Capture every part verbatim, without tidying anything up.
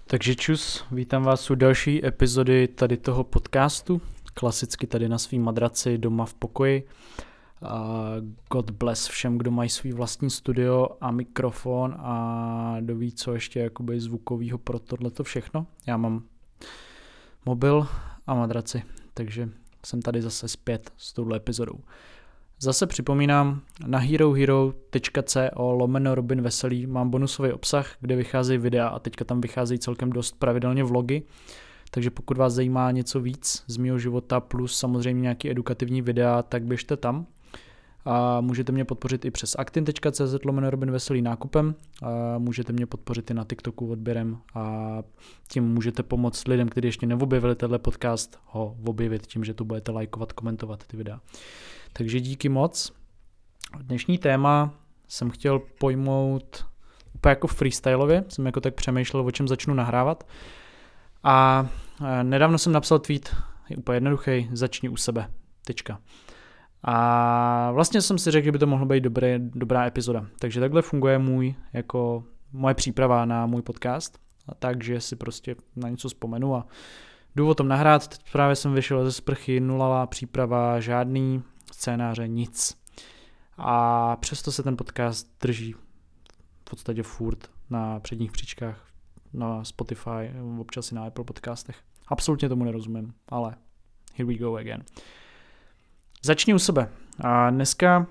Takže čus, vítám vás u další epizody tady toho podcastu, klasicky tady na svý madraci doma v pokoji. A God bless všem, kdo mají svůj vlastní studio a mikrofon a kdo ví, co ještě jakoby zvukovýho pro tohleto všechno. Já mám mobil a madraci, takže jsem tady zase zpět s touhle epizodou. Zase připomínám, na herohero tečka co lomeno Robin Veselý mám bonusový obsah, kde vycházejí videa a teďka tam vycházejí celkem dost pravidelně vlogy, takže pokud vás zajímá něco víc z mého života plus samozřejmě nějaký edukativní videa, tak běžte tam. A můžete mě podpořit i přes aktin tečka cz lomeno Robin Veselý nákupem, a můžete mě podpořit i na TikToku odběrem a tím můžete pomoct lidem, kteří ještě neobjevili tenhle podcast, ho objevit tím, že to budete lajkovat, komentovat ty videa. Takže díky moc. Dnešní téma jsem chtěl pojmout úplně jako freestylově, jsem jako tak přemýšlel, o čem začnu nahrávat. A nedávno jsem napsal tweet, je úplně jednoduchý, začni u sebe, tečka. A vlastně jsem si řekl, že by to mohlo být dobré, dobrá epizoda. Takže takhle funguje můj, jako moje příprava na můj podcast. A takže si prostě na něco vzpomenu a jdu o tom nahrát. Teď právě jsem vyšel ze sprchy, nulová příprava, žádný scénáře, nic. A přesto se ten podcast drží v podstatě furt na předních příčkách, na Spotify, občas i na Apple podcastech. Absolutně tomu nerozumím, ale here we go again. Začni u sebe. A dneska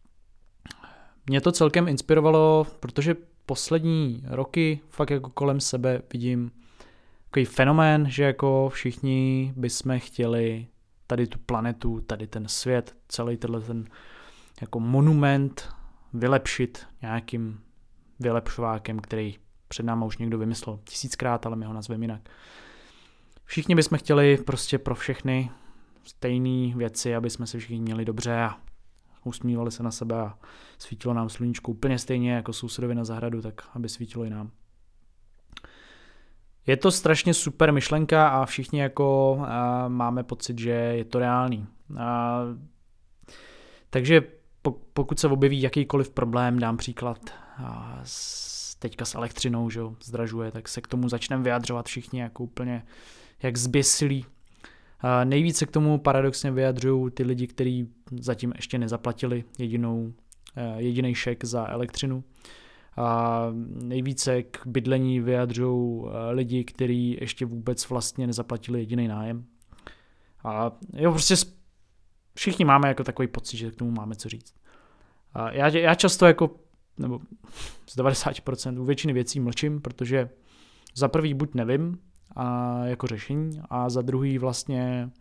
mě to celkem inspirovalo, protože poslední roky fakt jako kolem sebe vidím takový fenomén, že jako všichni bychom chtěli tady tu planetu, tady ten svět, celý tenhle ten jako monument vylepšit nějakým vylepšovákem, který před náma už někdo vymyslel tisíckrát, ale my ho nazveme jinak. Všichni bychom chtěli prostě pro všechny stejné věci, aby jsme se všichni měli dobře a usmívali se na sebe a svítilo nám sluníčko úplně stejně jako sousedovi na zahradu, tak aby svítilo i nám. Je to strašně super myšlenka a všichni jako uh, máme pocit, že je to reálný. Uh, takže po, pokud se objeví jakýkoliv problém, dám příklad uh, s, teďka s elektřinou, že zdražuje, tak se k tomu začneme vyjadřovat všichni jako úplně jak zběsilí. Uh, nejvíc se k tomu paradoxně vyjadřují ty lidi, kteří zatím ještě nezaplatili jedinou, uh, jediný šek za elektřinu. A nejvíce k bydlení vyjadřují lidi, kteří ještě vůbec vlastně nezaplatili jediný nájem. A jo, prostě všichni máme jako takový pocit, že k tomu máme co říct. A já, já často jako, nebo z devadesát procent u většiny věcí mlčím, protože za prvý buď nevím a jako řešení a za druhý vlastně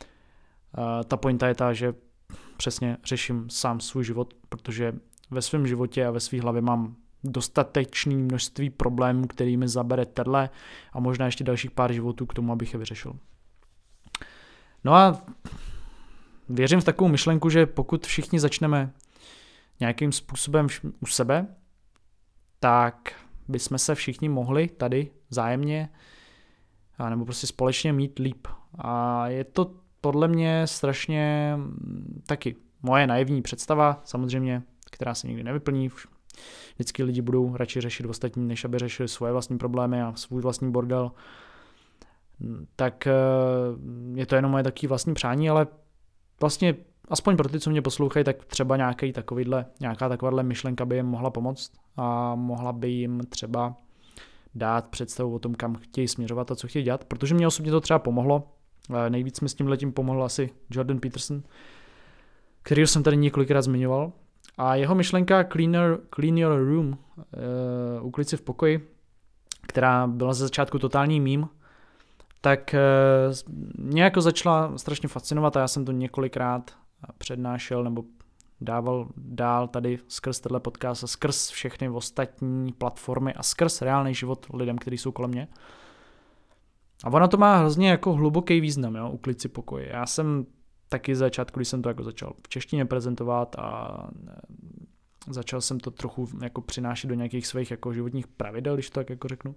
ta pointa je ta, že přesně řeším sám svůj život, protože ve svém životě a ve své hlavě mám dostatečné množství problémů, který mi zabere tenhle a možná ještě dalších pár životů k tomu, abych je vyřešil. No a věřím v takovou myšlenku, že pokud všichni začneme nějakým způsobem u sebe, tak bychom se všichni mohli tady vzájemně nebo prostě společně mít líp. A je to podle mě strašně taky moje naivní představa, samozřejmě, která se nikdy nevyplní. Vždycky lidi budou radši řešit ostatní, než aby řešili svoje vlastní problémy a svůj vlastní bordel. Tak je to jenom moje taky vlastní přání, ale vlastně aspoň pro ty, co mě poslouchají, tak třeba nějaký takovýhle, nějaká takováhle myšlenka by jim mohla pomoct a mohla by jim třeba dát představu o tom, kam chtějí směřovat a co chtějí dělat, protože mě osobně to třeba pomohlo. Nejvíc mi s tímhletím pomohl asi Jordan Peterson, kterýho jsem tady několikrát zmiňoval. A jeho myšlenka Cleaner, Clean Your Room, uh, uklid si v pokoji, která byla ze začátku totální meme, tak uh, mě jako začala strašně fascinovat a já jsem to několikrát přednášel nebo dával dál tady skrz tenhle podcast a skrz všechny ostatní platformy a skrz reálný život lidem, kteří jsou kolem mě. A ono to má hrozně jako hluboký význam, jo, uklid si pokoj. Já jsem taky z začátku, když jsem to jako začal v češtině prezentovat a začal jsem to trochu jako přinášet do nějakých svých jako životních pravidel, když to tak jako řeknu,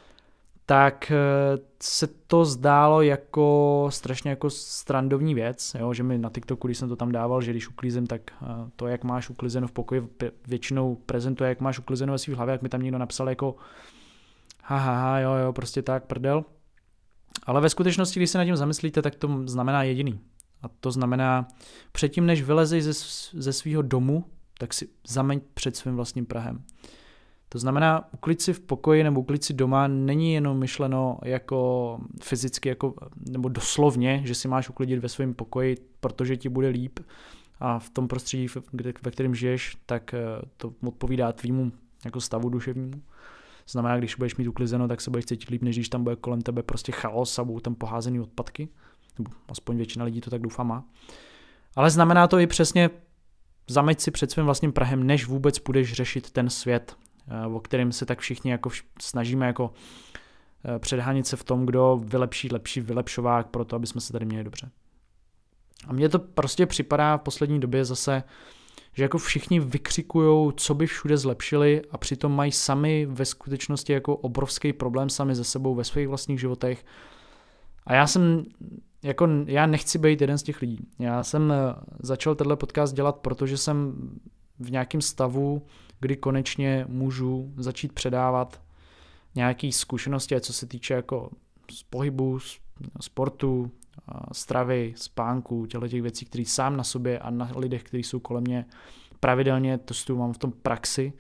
tak se to zdálo jako strašně jako strandovní věc, jo, že mi na TikToku, když jsem to tam dával, že když uklízím, tak to, jak máš uklizeno v pokoji, většinou prezentuje, jak máš uklizeno ve svý hlavě, jak mi tam někdo napsal jako ha, ha, ha, jo, jo, prostě tak, prdel. Ale ve skutečnosti, když se nad tím zamyslíte, tak to znamená jediný. A to znamená, předtím, než vylezeš ze, ze svého domu, tak si zameň před svým vlastním prahem. To znamená, uklid si v pokoji nebo uklid si doma není jenom myšleno jako fyzicky, jako, nebo doslovně, že si máš uklidit ve svém pokoji, protože ti bude líp a v tom prostředí, ve kterém žiješ, tak to odpovídá tvýmu jako stavu duševnímu. To znamená, když budeš mít uklizeno, tak se budeš cítit líp, než když tam bude kolem tebe prostě chaos a budou tam poházený odpadky. Nebo aspoň většina lidí to tak doufá má. Ale znamená to i přesně zameť si před svým vlastním prahem, než vůbec budeš řešit ten svět, o kterém se tak všichni jako snažíme jako předhánět se v tom, kdo vylepší lepší vylepšovák pro to, aby jsme se tady měli dobře. A mně to prostě připadá v poslední době zase, že jako všichni vykřikujou, co by všude zlepšili a přitom mají sami ve skutečnosti jako obrovský problém sami ze sebou ve svých vlastních životech. A já jsem, jako já nechci být jeden z těch lidí. Já jsem začal tenhle podcast dělat, protože jsem v nějakém stavu, kdy konečně můžu začít předávat nějaké zkušenosti, co se týče jako z pohybu, sportu, stravy, spánku, těch věcí, které sám na sobě a na lidech, kteří jsou kolem mě pravidelně testuju, mám v tom praxi,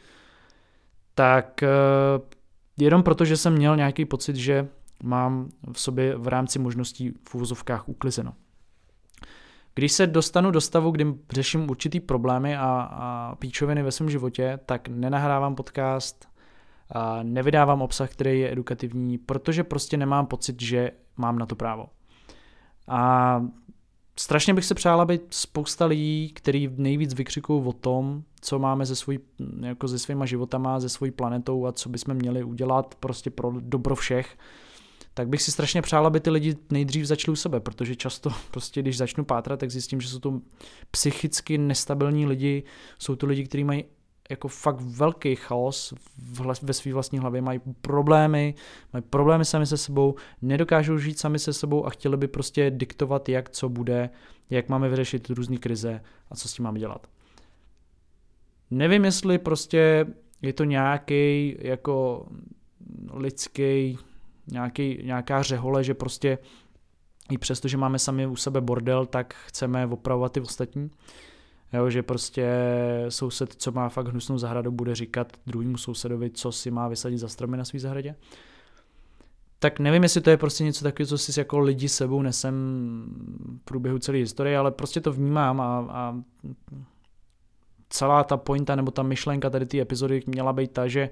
tak jenom proto, že jsem měl nějaký pocit, že mám v sobě v rámci možností v uvozovkách uklizeno. Když se dostanu do stavu, kdy řeším určitý problémy a, a píčoviny ve svém životě, tak nenahrávám podcast, a nevydávám obsah, který je edukativní, protože prostě nemám pocit, že mám na to právo. A strašně bych se přála být spousta lidí, kteří nejvíc vykřikují o tom, co máme se, svůj, jako se svýma životama, se svojí planetou a co bychom měli udělat prostě pro dobro všech, tak bych si strašně přála, aby ty lidi nejdřív začali u sebe, protože často prostě, když začnu pátrat, tak zjistím, že jsou to psychicky nestabilní lidi, jsou to lidi, kteří mají jako fakt velký chaos ve své vlastní hlavě, mají problémy, mají problémy sami se sebou, nedokážou žít sami se sebou a chtěli by prostě diktovat, jak co bude, jak máme vyřešit různé krize a co s tím máme dělat. Nevím, jestli prostě je to nějaký jako lidský, nějaký, nějaká řehole, že prostě i přesto, že máme sami u sebe bordel, tak chceme opravovat ty ostatní. Jo, že prostě soused, co má fakt hnusnou zahradu, bude říkat druhému sousedovi, co si má vysadit za stromy na své zahradě. Tak nevím, jestli to je prostě něco takového, co si jako lidi sebou nesem v průběhu celé historie, ale prostě to vnímám a, a celá ta pointa nebo ta myšlenka tady té epizody měla být ta, že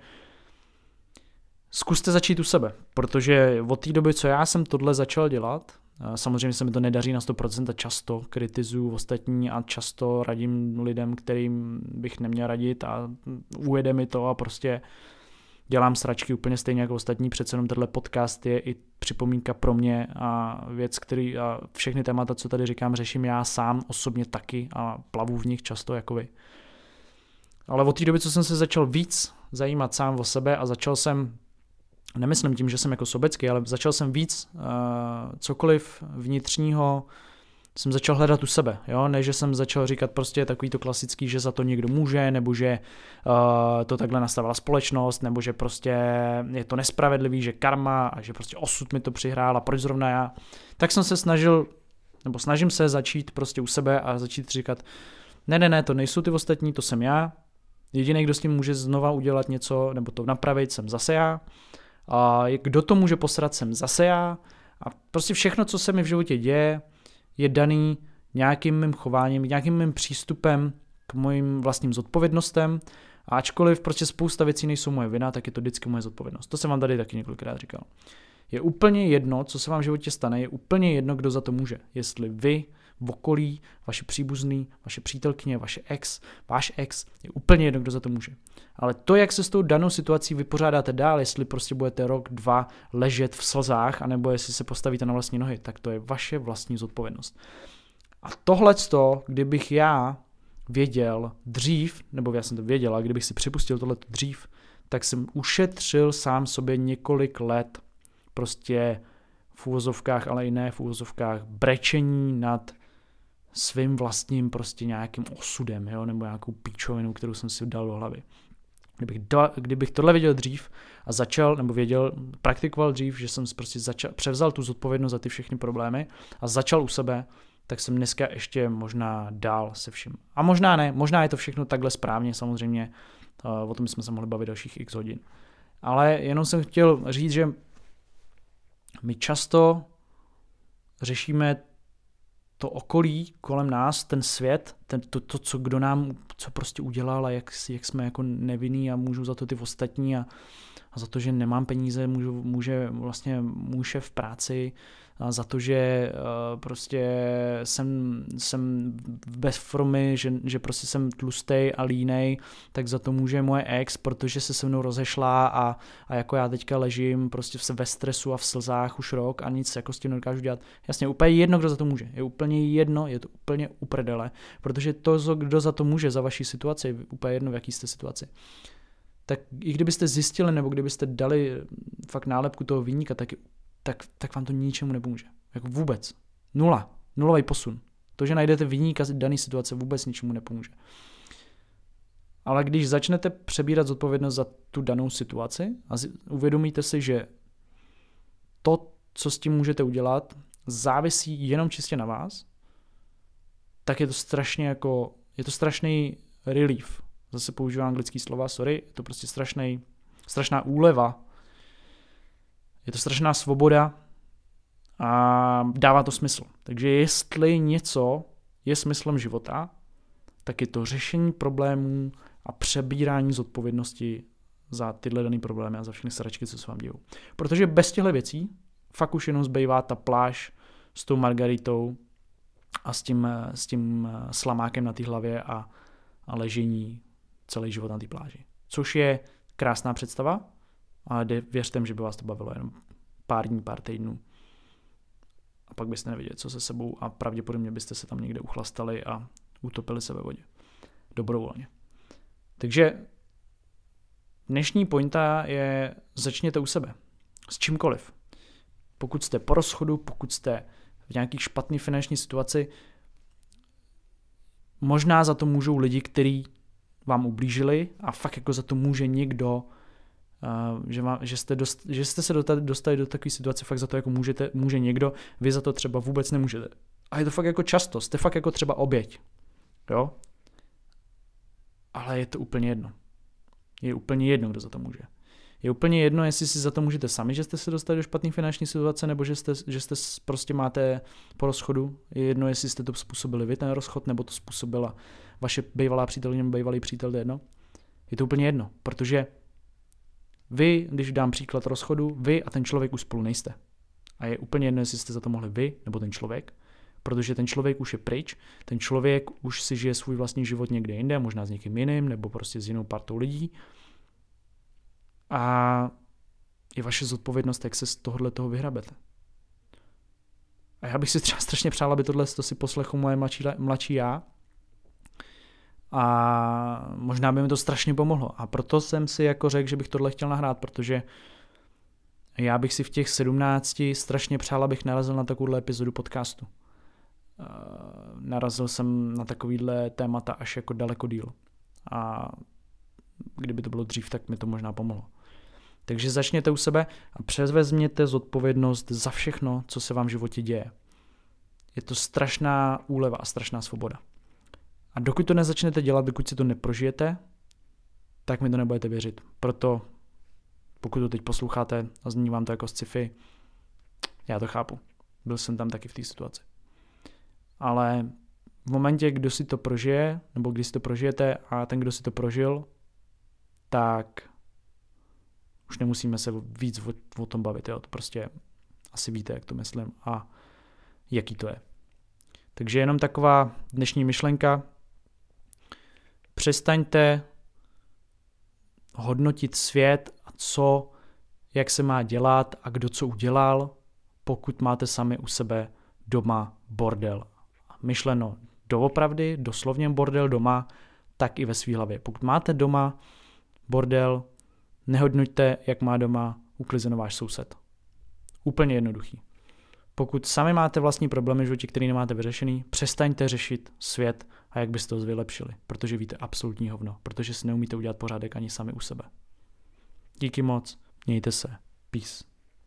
zkuste začít u sebe, protože od té doby, co já jsem tohle začal dělat, samozřejmě se mi to nedaří na sto procent a často kritizuju ostatní a často radím lidem, kterým bych neměl radit a ujede mi to a prostě dělám sračky úplně stejně jako ostatní, přece jenom tenhle podcast je i připomínka pro mě a věc, který a všechny témata, co tady říkám, řeším já sám osobně taky a plavu v nich často jako vy. Ale od té doby, co jsem se začal víc zajímat sám o sebe a začal jsem, nemyslím tím, že jsem jako sobecký, ale začal jsem víc uh, cokoliv vnitřního, jsem začal hledat u sebe, jo, ne, že jsem začal říkat prostě takový to klasický, že za to někdo může, nebo že uh, to takhle nastavila společnost, nebo že prostě je to nespravedlivý, že karma a že prostě osud mi to přihrál a proč zrovna já. Tak jsem se snažil, nebo snažím se začít prostě u sebe a začít říkat, ne, ne, ne, to nejsou ty ostatní, to jsem já. Jediný, kdo s tím může znova udělat něco, nebo to napravit, jsem zase já. A kdo to může posrat, jsem zase já. A prostě všechno, co se mi v životě děje, je daný nějakým mým chováním, nějakým mým přístupem k mojim vlastním zodpovědnostem. A ačkoliv prostě spousta věcí nejsou moje vina, tak je to vždycky moje zodpovědnost. To jsem vám tady taky několikrát říkal. Je úplně jedno, co se vám v životě stane, je úplně jedno, kdo za to může. Jestli vy, v okolí, vaši příbuzný, vaše přítelkyně, vaše ex, váš ex, je úplně jedno, kdo za to může. Ale to, jak se s tou danou situací vypořádáte dál, jestli prostě budete rok, dva ležet v slzách, anebo jestli se postavíte na vlastní nohy, tak to je vaše vlastní zodpovědnost. A tohleto, kdybych já věděl dřív, nebo já jsem to věděl, a kdybych si připustil tohleto dřív, tak jsem ušetřil sám sobě několik let prostě v úvozovkách, ale i ne v úvozovkách, brečení nad svým vlastním prostě nějakým osudem, jo, nebo nějakou píčovinu, kterou jsem si dal do hlavy. Kdybych, do, kdybych tohle věděl dřív a začal, nebo věděl, praktikoval dřív, že jsem prostě začal, převzal tu zodpovědnost za ty všechny problémy a začal u sebe, tak jsem dneska ještě možná dál se vším. A možná ne, možná je to všechno takhle správně, samozřejmě, o tom jsme se mohli bavit dalších x hodin. Ale jenom jsem chtěl říct, že my často řešíme to okolí kolem nás, ten svět, ten, to, to, co kdo nám, co prostě udělal a jak, jak jsme jako nevinní a můžu za to ty ostatní a, a za to, že nemám peníze, můžu, může vlastně můj šéf v práci, a za to, že uh, prostě jsem, jsem bez formy, že, že prostě jsem tlustej a línej, tak za to může moje ex, protože se se mnou rozešla a, a jako já teďka ležím prostě ve stresu a v slzách už rok a nic jako s tím nedokážu dělat. Jasně, úplně jedno, kdo za to může. Je úplně jedno, je to úplně uprdele, protože to, kdo za to může, za vaší situaci, je úplně jedno, v jaký jste situaci. Tak i kdybyste zjistili, nebo kdybyste dali fakt nálepku toho viníka, tak Tak, tak vám to ničemu nepomůže. Jako vůbec. Nula. Nulový posun. To, že najdete viníka z dané situace, vůbec ničemu nepomůže. Ale když začnete přebírat zodpovědnost za tu danou situaci a uvědomíte si, že to, co s tím můžete udělat, závisí jenom čistě na vás, tak je to strašně jako, je to strašný relief. Zase používám anglický slova, sorry, je to prostě strašný, strašná úleva. Je to strašná svoboda a dává to smysl. Takže jestli něco je smyslem života, tak je to řešení problémů a přebírání zodpovědnosti za tyhle dané problémy a za všechny sračky, co se vám dějou. Protože bez těchto věcí fakt už jenom zbývá ta pláž s tou margaritou a s tím, s tím slamákem na té hlavě a, a ležení celý život na té pláži. Což je krásná představa, ale věřte mi, že by vás to bavilo jenom pár dní, pár týdnů. A pak byste nevěděli, co se sebou a pravděpodobně byste se tam někde uchlastali a utopili se ve vodě. Dobrovolně. Takže dnešní pointa je, začněte u sebe. S čímkoliv. Pokud jste po rozchodu, pokud jste v nějaký špatný finanční situaci, možná za to můžou lidi, kteří vám ublížili a fakt jako za to může někdo, Uh, že, má, že, jste dost, že jste se dostali do takové situace, fakt za to jako můžete, může někdo, vy za to třeba vůbec nemůžete. A je to fakt jako často, jste fakt jako třeba oběť. Jo? Ale je to úplně jedno. Je úplně jedno, kdo za to může. Je úplně jedno, jestli si za to můžete sami, že jste se dostali do špatné finanční situace, nebo že jste, že jste prostě máte po rozchodu. Je jedno, jestli jste to způsobili vy, ten rozchod, nebo to způsobila vaše bývalá přítelkyně nebo bývalý přítel, to je jedno. Je to úplně jedno, protože vy, když dám příklad rozchodu, vy a ten člověk už spolu nejste. A je úplně jedno, jestli jste za to mohli vy nebo ten člověk, protože ten člověk už je pryč, ten člověk už si žije svůj vlastní život někde jinde, možná s někým jiným, nebo prostě s jinou partou lidí. A je vaše zodpovědnost, jak se z tohohle toho vyhrabete. A já bych si třeba strašně přál, aby tohle to si poslechl moje mladší, mladší já. A možná by mi to strašně pomohlo. A proto jsem si jako řekl, že bych tohle chtěl nahrát, protože já bych si v těch sedmnácti strašně přál, abych narazil na takovouhle epizodu podcastu. Uh, narazil jsem na takovýhle témata až jako daleko díl. A kdyby to bylo dřív, tak mi to možná pomohlo. Takže začněte u sebe a převezměte zodpovědnost za všechno, co se vám v životě děje. Je to strašná úleva a strašná svoboda. A dokud to nezačnete dělat, dokud si to neprožijete, tak mi to nebudete věřit. Proto, pokud to teď posloucháte a zní vám to jako sci-fi, já to chápu. Byl jsem tam taky v té situaci. Ale v momentě, kdo si to prožije, nebo když si to prožijete a ten, kdo si to prožil, tak už nemusíme se víc o, o tom bavit. Jo? To prostě asi víte, jak to myslím a jaký to je. Takže jenom taková dnešní myšlenka. Přestaňte hodnotit svět a co, jak se má dělat a kdo co udělal, pokud máte sami u sebe doma bordel. Myšleno doopravdy, doslovně bordel doma, tak i ve svý hlavě. Pokud máte doma bordel, nehodnoťte, jak má doma uklizený váš soused. Úplně jednoduchý. Pokud sami máte vlastní problémy v životě, který nemáte vyřešený, přestaňte řešit svět a jak byste to vylepšili, protože víte absolutní hovno, protože si neumíte udělat pořádek ani sami u sebe. Díky moc, mějte se, peace.